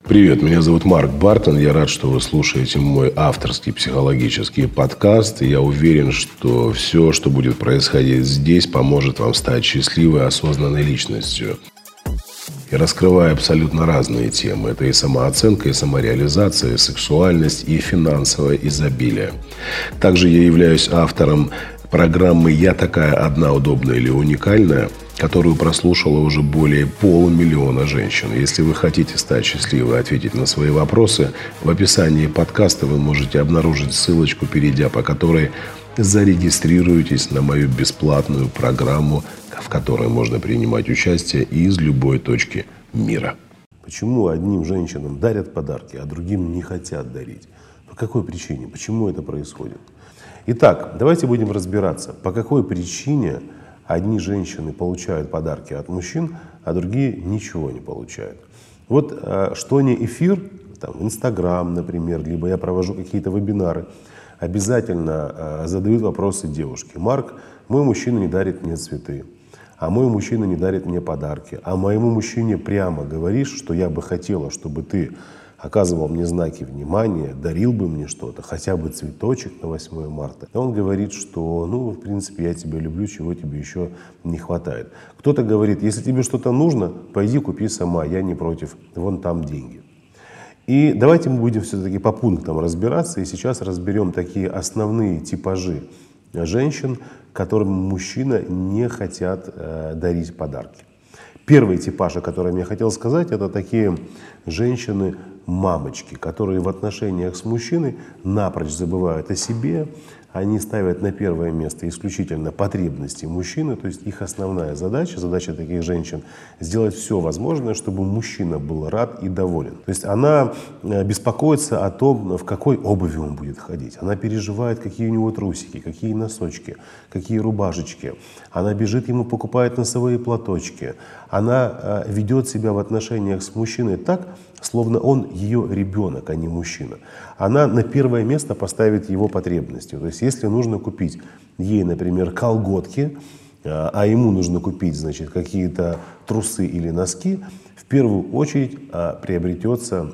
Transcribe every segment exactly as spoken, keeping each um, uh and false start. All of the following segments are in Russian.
Привет, меня зовут Марк Бартон. Я рад, что вы слушаете мой авторский психологический подкаст. И я уверен, что все, что будет происходить здесь, поможет вам стать счастливой, осознанной личностью. Я раскрываю абсолютно разные темы. Это и самооценка, и самореализация, и сексуальность, и финансовое изобилие. Также я являюсь автором программы «Я такая одна, удобная или уникальная», которую прослушало уже более полумиллиона женщин. Если вы хотите стать счастливой и ответить на свои вопросы, в описании подкаста вы можете обнаружить ссылочку, перейдя по которой зарегистрируетесь на мою бесплатную программу, в которой можно принимать участие из любой точки мира. Почему одним женщинам дарят подарки, а другим не хотят дарить? По какой причине? Почему это происходит? Итак, давайте будем разбираться, по какой причине одни женщины получают подарки от мужчин, а другие ничего не получают. Вот что не эфир, там, Инстаграм, например, либо я провожу какие-то вебинары, обязательно задают вопросы девушке. Марк, мой мужчина не дарит мне цветы, а мой мужчина не дарит мне подарки, а моему мужчине прямо говоришь, что я бы хотела, чтобы ты оказывал мне знаки внимания, дарил бы мне что-то, хотя бы цветочек на восьмое марта. И он говорит, что, ну, в принципе, я тебя люблю, чего тебе еще не хватает. Кто-то говорит, если тебе что-то нужно, пойди купи сама, я не против, вон там деньги. И давайте мы будем все-таки по пунктам разбираться, и сейчас разберем такие основные типажи женщин, которым мужчины не хотят э, дарить подарки. Первый типаж, о котором я хотел сказать, это такие женщины-мамочки, которые в отношениях с мужчиной напрочь забывают о себе, они ставят на первое место исключительно потребности мужчины, то есть их основная задача, задача таких женщин сделать все возможное, чтобы мужчина был рад и доволен. То есть она беспокоится о том, в какой обуви он будет ходить, она переживает, какие у него трусики, какие носочки, какие рубашечки, она бежит ему, покупает носовые платочки, она ведет себя в отношениях с мужчиной так, словно он ее ребенок, а не мужчина. Она на первое место поставит его потребности. То есть если нужно купить ей, например, колготки, а ему нужно купить, значит, какие-то трусы или носки, в первую очередь приобретется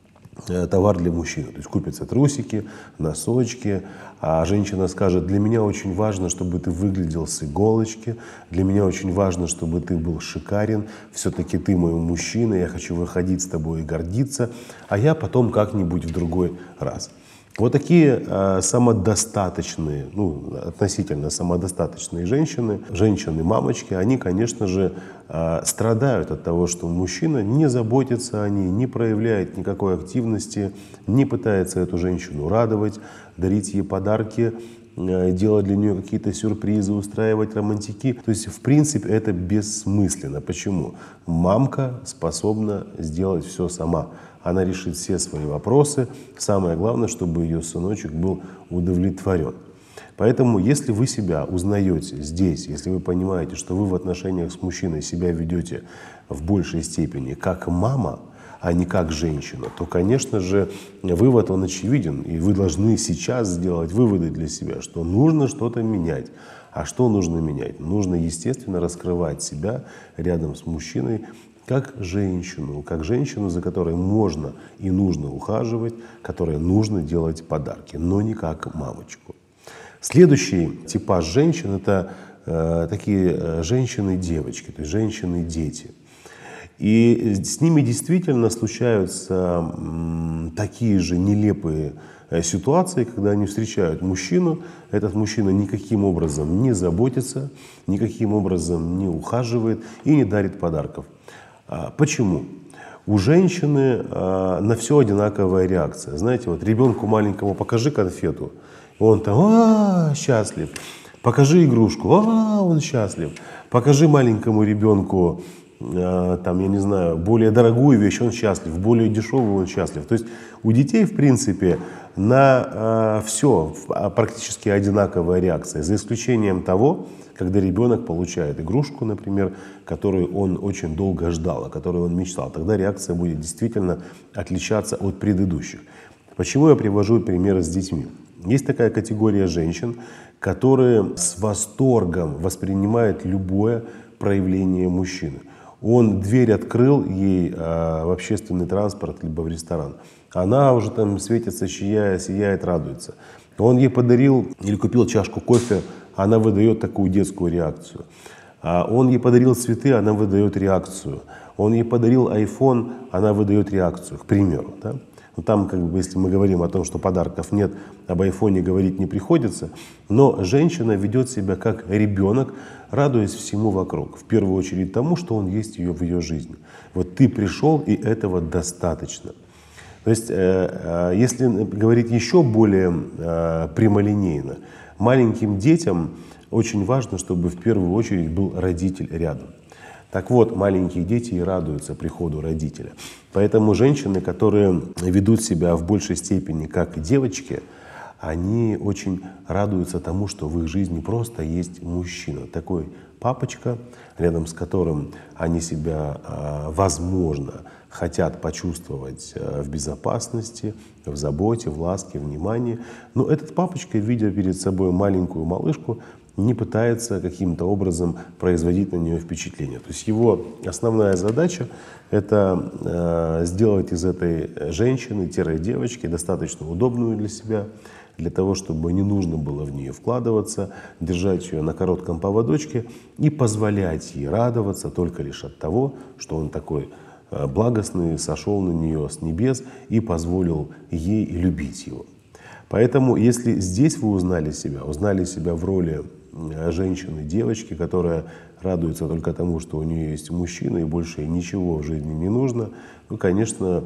товар для мужчины. То есть купятся трусики, носочки, а женщина скажет, для меня очень важно, чтобы ты выглядел с иголочки, для меня очень важно, чтобы ты был шикарен, все-таки ты мой мужчина, я хочу выходить с тобой и гордиться, а я потом как-нибудь в другой раз. Вот такие э, самодостаточные, ну, относительно самодостаточные женщины, женщины-мамочки, они, конечно же, э, страдают от того, что мужчина не заботится о ней, не проявляет никакой активности, не пытается эту женщину радовать, дарить ей подарки, э, делать для нее какие-то сюрпризы, устраивать романтики. То есть, в принципе, это бессмысленно. Почему? Мамка способна сделать все сама. Она решит все свои вопросы. Самое главное, чтобы ее сыночек был удовлетворен. Поэтому, если вы себя узнаете здесь, если вы понимаете, что вы в отношениях с мужчиной себя ведете в большей степени как мама, а не как женщина, то, конечно же, вывод он очевиден. И вы должны сейчас сделать выводы для себя, что нужно что-то менять. А что нужно менять? Нужно, естественно, раскрывать себя рядом с мужчиной, как женщину, как женщину, за которой можно и нужно ухаживать, которой нужно делать подарки, но не как мамочку. Следующий типаж женщин – это э, такие женщины-девочки, то есть женщины-дети. И с ними действительно случаются м, такие же нелепые ситуации, когда они встречают мужчину, этот мужчина никаким образом не заботится, никаким образом не ухаживает и не дарит подарков. Почему? У женщины э, на все одинаковая реакция. Знаете, вот ребенку маленькому покажи конфету, он там а, счастлив. Покажи игрушку, а, он счастлив. Покажи маленькому ребенку, э, там, я не знаю, более дорогую вещь, он счастлив. Более дешевую, он счастлив. То есть у детей, в принципе, на э, все практически одинаковая реакция, за исключением того, когда ребенок получает игрушку, например, которую он очень долго ждал, о которой он мечтал. Тогда реакция будет действительно отличаться от предыдущих. Почему я привожу примеры с детьми? Есть такая категория женщин, которые с восторгом воспринимают любое проявление мужчины. Он дверь открыл ей э, в общественный транспорт, либо в ресторан. Она уже там светится, сияя, сияет, радуется. Он ей подарил или купил чашку кофе, она выдает такую детскую реакцию. А он ей подарил цветы, она выдает реакцию. Он ей подарил айфон, она выдает реакцию, к примеру. Да? Ну, там, как бы, если мы говорим о том, что подарков нет, об айфоне говорить не приходится, но женщина ведет себя как ребенок, радуясь всему вокруг. В первую очередь тому, что он есть ее в ее жизни. Вот ты пришел, и этого достаточно. То есть, э, э, если говорить еще более э, прямолинейно, маленьким детям очень важно, чтобы в первую очередь был родитель рядом. Так вот, маленькие дети и радуются приходу родителя. Поэтому женщины, которые ведут себя в большей степени как девочки, они очень радуются тому, что в их жизни просто есть мужчина. Такой папочка, рядом с которым они себя, возможно, хотят почувствовать в безопасности, в заботе, в ласке, внимании. Но этот папочка, видя перед собой маленькую малышку, не пытается каким-то образом производить на нее впечатление. То есть его основная задача — это э, сделать из этой женщины-девочки достаточно удобную для себя, для того, чтобы не нужно было в нее вкладываться, держать ее на коротком поводочке и позволять ей радоваться только лишь от того, что он такой э, благостный, сошел на нее с небес и позволил ей любить его. Поэтому, если здесь вы узнали себя, узнали себя в роли женщины, девочки, которая радуется только тому, что у нее есть мужчина и больше ей ничего в жизни не нужно, ну, конечно,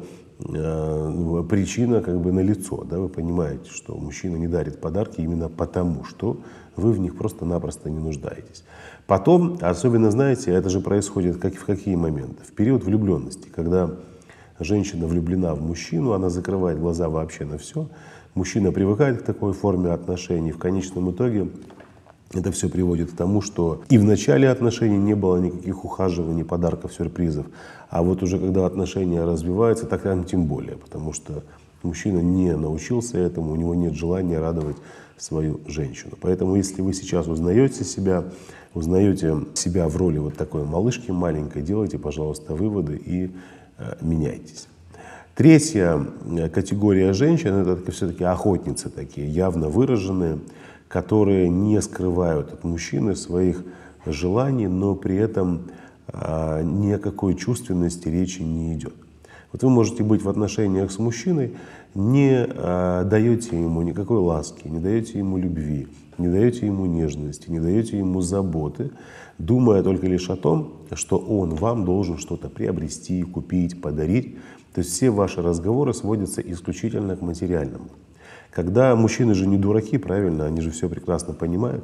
причина как бы налицо. Да? Вы понимаете, что мужчина не дарит подарки именно потому, что вы в них просто-напросто не нуждаетесь. Потом, особенно, знаете, это же происходит как, в какие моменты? В период влюбленности, когда женщина влюблена в мужчину, она закрывает глаза вообще на все, мужчина привыкает к такой форме отношений, в конечном итоге это все приводит к тому, что и в начале отношений не было никаких ухаживаний, подарков, сюрпризов. А вот уже когда отношения развиваются, так там тем более, потому что мужчина не научился этому, у него нет желания радовать свою женщину. Поэтому если вы сейчас узнаете себя, узнаете себя в роли вот такой малышки маленькой, делайте, пожалуйста, выводы и э, меняйтесь. Третья категория женщин — это все-таки охотницы такие, явно выраженные, которые не скрывают от мужчины своих желаний, но при этом а, ни о какой чувственности речи не идет. Вот вы можете быть в отношениях с мужчиной, не а, даете ему никакой ласки, не даете ему любви, не даете ему нежности, не даете ему заботы, думая только лишь о том, что он вам должен что-то приобрести, купить, подарить. То есть все ваши разговоры сводятся исключительно к материальному. Когда мужчины же не дураки, правильно, они же все прекрасно понимают.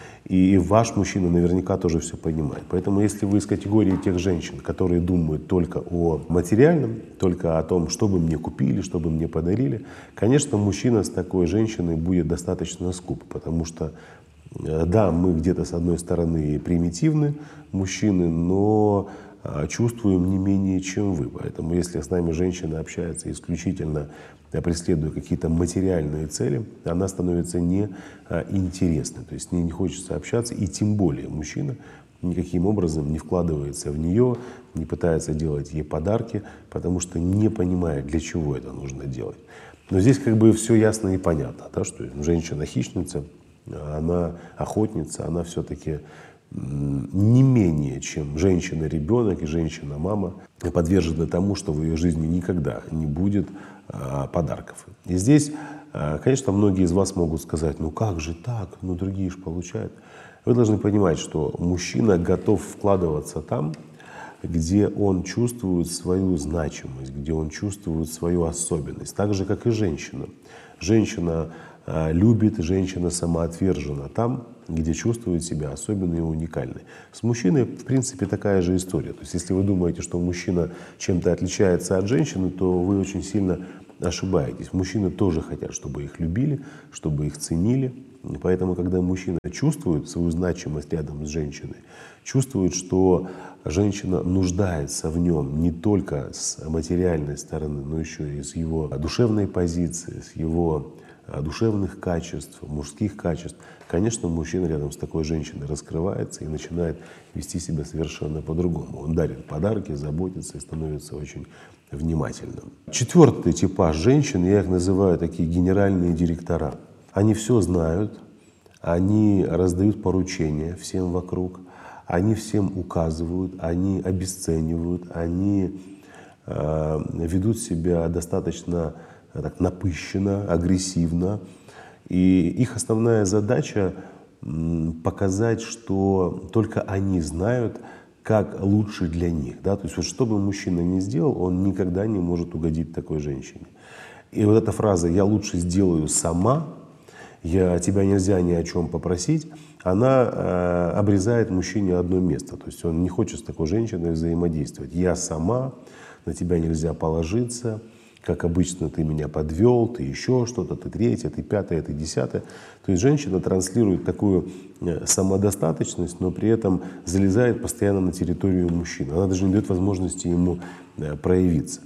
И ваш мужчина наверняка тоже все понимает. Поэтому если вы из категории тех женщин, которые думают только о материальном, только о том, что бы мне купили, что бы мне подарили, конечно, мужчина с такой женщиной будет достаточно скуп. Потому что, да, мы где-то с одной стороны примитивны, мужчины, но чувствуем не менее, чем вы. Поэтому если с нами женщина общается исключительно преследуя какие-то материальные цели, она становится неинтересной. То есть с ней не хочется общаться, и тем более мужчина никаким образом не вкладывается в нее, не пытается делать ей подарки, потому что не понимает, для чего это нужно делать. Но здесь как бы все ясно и понятно, да, что женщина-хищница, она охотница, она все-таки не менее, чем женщина-ребенок и женщина-мама, подвержены тому, что в ее жизни никогда не будет а, подарков. И здесь, а, конечно, многие из вас могут сказать: ну как же так, ну другие же получают. Вы должны понимать, что мужчина готов вкладываться там, где он чувствует свою значимость, где он чувствует свою особенность, так же, как и женщина. Женщина а, любит, женщина самоотвержена там, где чувствует себя особенной и уникальной. С мужчиной, в принципе, такая же история. То есть, если вы думаете, что мужчина чем-то отличается от женщины, то вы очень сильно ошибаетесь. Мужчины тоже хотят, чтобы их любили, чтобы их ценили. И поэтому, когда мужчина чувствует свою значимость рядом с женщиной, чувствует, что женщина нуждается в нем не только с материальной стороны, но еще и с его душевной позиции, с его душевных качеств, мужских качеств, конечно, мужчина рядом с такой женщиной раскрывается и начинает вести себя совершенно по-другому. Он дарит подарки, заботится и становится очень внимательным. Четвертый типаж женщин, я их называю такие генеральные директора. Они все знают, они раздают поручения всем вокруг, они всем указывают, они обесценивают, они э, ведут себя достаточно так напыщенно, агрессивно. И их основная задача показать, что только они знают, как лучше для них. Да? То есть вот что бы мужчина ни сделал, он никогда не может угодить такой женщине. И вот эта фраза «я лучше сделаю сама», «я, тебя нельзя ни о чем попросить», она э, обрезает мужчине одно место. То есть он не хочет с такой женщиной взаимодействовать. «Я сама», «на тебя нельзя положиться», как обычно, ты меня подвел, ты еще что-то, ты третье, ты пятое, ты десятое. То есть женщина транслирует такую самодостаточность, но при этом залезает постоянно на территорию мужчины. Она даже не дает возможности ему проявиться.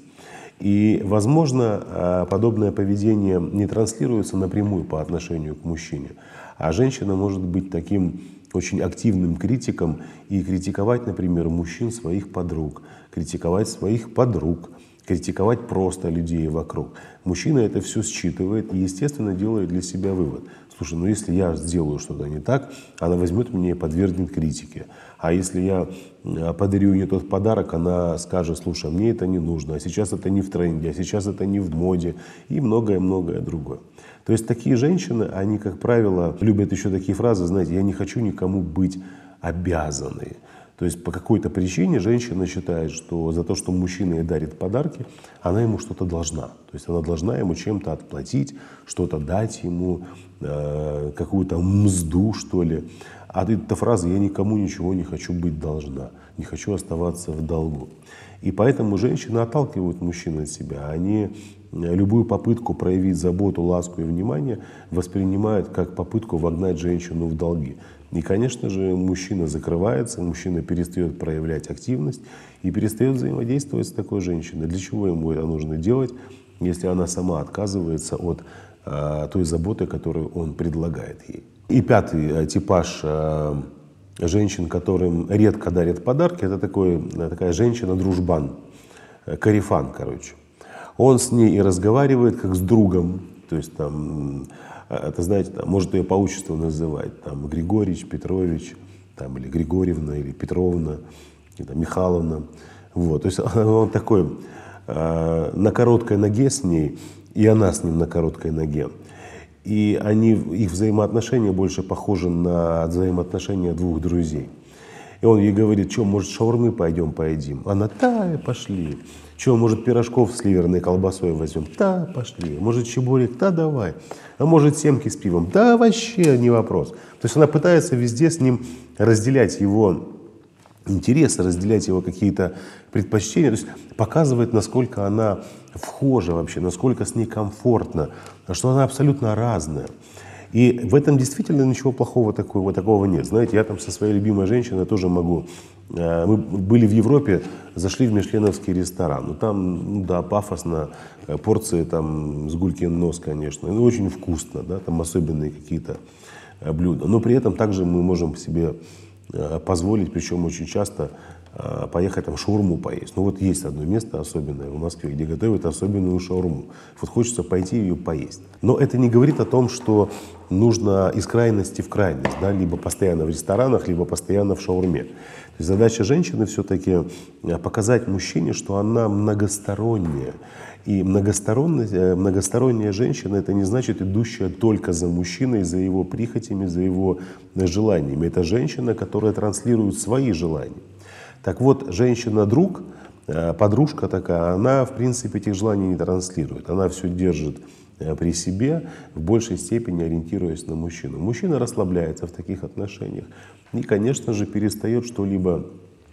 И, возможно, подобное поведение не транслируется напрямую по отношению к мужчине, а женщина может быть таким очень активным критиком и критиковать, например, мужчин своих подруг, критиковать своих подруг, критиковать просто людей вокруг. Мужчина это все считывает и, естественно, делает для себя вывод. Слушай, ну если я сделаю что-то не так, она возьмет меня и подвергнет критике. А если я подарю не тот подарок, она скажет: слушай, мне это не нужно, а сейчас это не в тренде, а сейчас это не в моде и многое-многое другое. То есть такие женщины, они, как правило, любят еще такие фразы, знаете, я не хочу никому быть обязанной. То есть по какой-то причине женщина считает, что за то, что мужчина ей дарит подарки, она ему что-то должна. То есть она должна ему чем-то отплатить, что-то дать ему, э, какую-то мзду, что ли. А эта фраза «я никому ничего не хочу быть должна», «не хочу оставаться в долгу». И поэтому женщины отталкивают мужчин от себя. Они любую попытку проявить заботу, ласку и внимание воспринимают как попытку вогнать женщину в долги. И, конечно же, мужчина закрывается, мужчина перестает проявлять активность и перестает взаимодействовать с такой женщиной. Для чего ему это нужно делать, если она сама отказывается от а, той заботы, которую он предлагает ей. И пятый а, типаж а, женщин, которым редко дарят подарки, это такой, такая женщина-дружбан, корефан, короче. Он с ней и разговаривает как с другом, то есть там, это, знаете, там, может ее по отчеству называть, там, Григорьевич, Петрович, там, или Григорьевна, или Петровна, или, там, Михайловна. Вот. То есть он такой э, на короткой ноге с ней, и она с ним на короткой ноге. И они, их взаимоотношения больше похожи на взаимоотношения двух друзей. И он ей говорит: что, может, шаурмы пойдем поедим? Она: да, пошли. Что, может, пирожков с ливерной колбасой возьмем? Да, пошли. Может, чебурек? Да, давай. А может, семки с пивом? Да, вообще не вопрос. То есть она пытается везде с ним разделять его интересы, разделять его какие-то предпочтения, то есть показывает, насколько она вхожа вообще, насколько с ней комфортно, что она абсолютно разная. И в этом действительно ничего плохого такого, такого нет. Знаете, я там со своей любимой женщиной тоже могу. Мы были в Европе, зашли в мишленовский ресторан. Ну там, ну, да, пафосно, порции там с гулькин нос, конечно. Ну, очень вкусно, да, там особенные какие-то блюда. Но при этом также мы можем себе позволить, причем очень часто, поехать там шаурму поесть. Ну вот есть одно место особенное в Москве, где готовят особенную шаурму. Вот хочется пойти ее поесть. Но это не говорит о том, что нужно из крайности в крайность, да, либо постоянно в ресторанах, либо постоянно в шаурме. То есть задача женщины все-таки показать мужчине, что она многосторонняя. И многосторонняя, многосторонняя женщина — это не значит идущая только за мужчиной, за его прихотями, за его желаниями. Это женщина, которая транслирует свои желания. Так вот, женщина-друг, подружка такая, она, в принципе, этих желаний не транслирует. Она все держит при себе, в большей степени ориентируясь на мужчину. Мужчина расслабляется в таких отношениях и, конечно же, перестает что-либо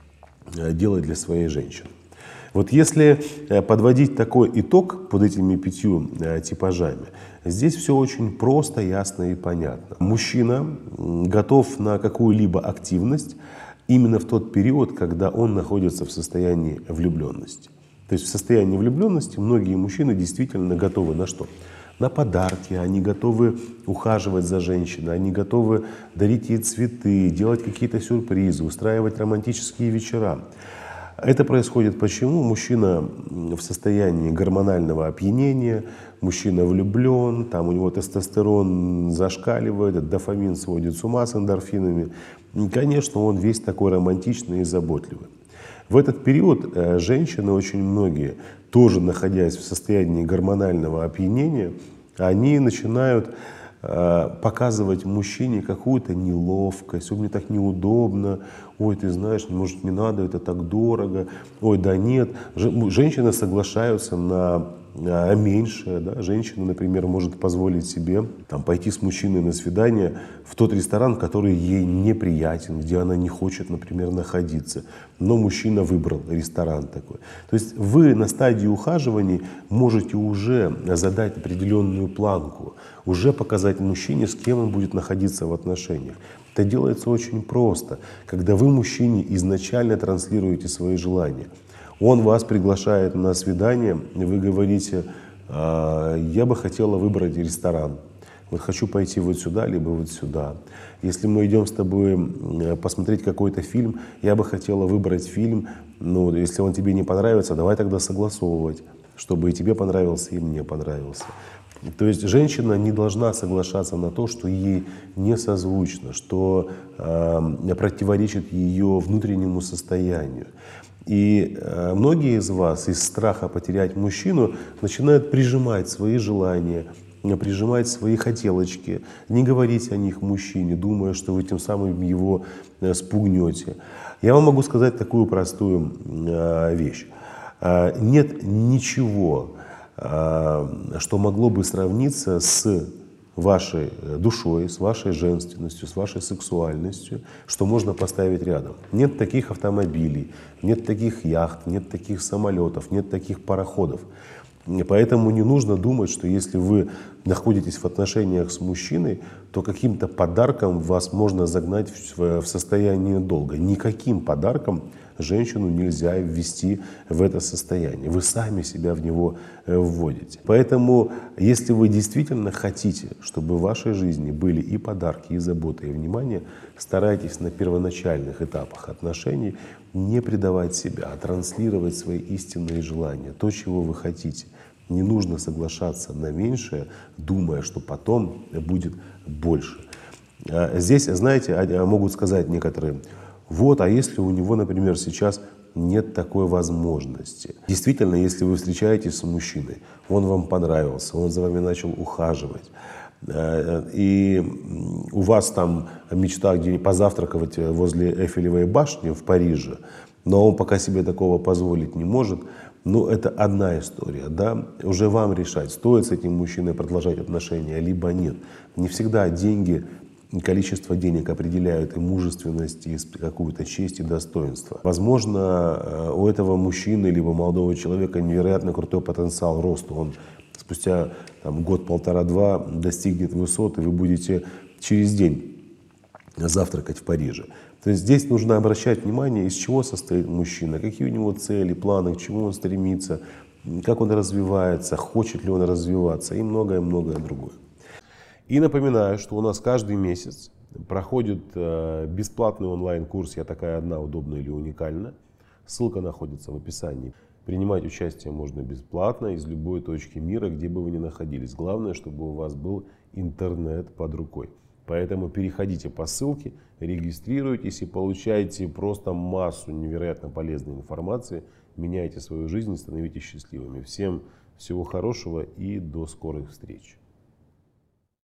делать для своей женщины. Вот если подводить такой итог под этими пятью типажами, здесь все очень просто, ясно и понятно. Мужчина готов на какую-либо активность именно в тот период, когда он находится в состоянии влюбленности. То есть в состоянии влюбленности многие мужчины действительно готовы на что? на подарки, они готовы ухаживать за женщиной, они готовы дарить ей цветы, делать какие-то сюрпризы, устраивать романтические вечера. Это происходит почему? Мужчина в состоянии гормонального опьянения, мужчина влюблен, там у него тестостерон зашкаливает, дофамин сводит с ума с эндорфинами. И, конечно, он весь такой романтичный и заботливый. В этот период женщины, очень многие, тоже находясь в состоянии гормонального опьянения, они начинают показывать мужчине какую-то неловкость, ой, мне так неудобно, ой, ты знаешь, может не надо, это так дорого, ой, да нет. Женщины соглашаются на меньшее, да? Женщина, например, может позволить себе там, пойти с мужчиной на свидание в тот ресторан, который ей неприятен, где она не хочет, например, находиться. Но мужчина выбрал ресторан такой. То есть вы на стадии ухаживаний можете уже задать определенную планку, уже показать мужчине, с кем он будет находиться в отношениях. Это делается очень просто, когда вы мужчине изначально транслируете свои желания. Он вас приглашает на свидание, и вы говорите, я бы хотела выбрать ресторан. Вот хочу пойти вот сюда, либо вот сюда. Если мы идем с тобой посмотреть какой-то фильм, я бы хотела выбрать фильм, ну, если он тебе не понравится, давай тогда согласовывать, чтобы и тебе понравился, и мне понравился. То есть женщина не должна соглашаться на то, что ей не созвучно, что э, противоречит ее внутреннему состоянию. И э, многие из вас из страха потерять мужчину начинают прижимать свои желания, прижимать свои хотелочки, не говорить о них мужчине, думая, что вы тем самым его э, спугнете. Я вам могу сказать такую простую э, вещь. Э, нет ничего, что могло бы сравниться с вашей душой, с вашей женственностью, с вашей сексуальностью, что можно поставить рядом. Нет таких автомобилей, нет таких яхт, нет таких самолетов, нет таких пароходов. Поэтому не нужно думать, что если вы находитесь в отношениях с мужчиной, то каким-то подарком вас можно загнать в состояние долга. Никаким подарком женщину нельзя ввести в это состояние. Вы сами себя в него вводите. Поэтому, если вы действительно хотите, чтобы в вашей жизни были и подарки, и забота, и внимание, старайтесь на первоначальных этапах отношений не предавать себя, а транслировать свои истинные желания, то, чего вы хотите. Не нужно соглашаться на меньшее, думая, что потом будет больше. Здесь, знаете, могут сказать некоторые: вот, а если у него, например, сейчас нет такой возможности. Действительно, если вы встречаетесь с мужчиной, он вам понравился, он за вами начал ухаживать, и у вас там мечта где-нибудь позавтракать возле Эйфелевой башни в Париже, но он пока себе такого позволить не может, ну, это одна история, да, уже вам решать, стоит с этим мужчиной продолжать отношения, либо нет. Не всегда деньги, количество денег определяют и мужественность, и какую-то честь и достоинство. Возможно, у этого мужчины, либо молодого человека невероятно крутой потенциал роста. Он спустя там, год, полтора-два достигнет высот, и вы будете через день завтракать в Париже. То есть здесь нужно обращать внимание, из чего состоит мужчина, какие у него цели, планы, к чему он стремится, как он развивается, хочет ли он развиваться и многое-многое другое. И напоминаю, что у нас каждый месяц проходит бесплатный онлайн-курс «Я такая одна, удобна или уникальна». Ссылка находится в описании. Принимать участие можно бесплатно из любой точки мира, где бы вы ни находились. Главное, чтобы у вас был интернет под рукой. Поэтому переходите по ссылке, регистрируйтесь и получайте просто массу невероятно полезной информации. Меняйте свою жизнь, становитесь счастливыми. Всем всего хорошего и до скорых встреч.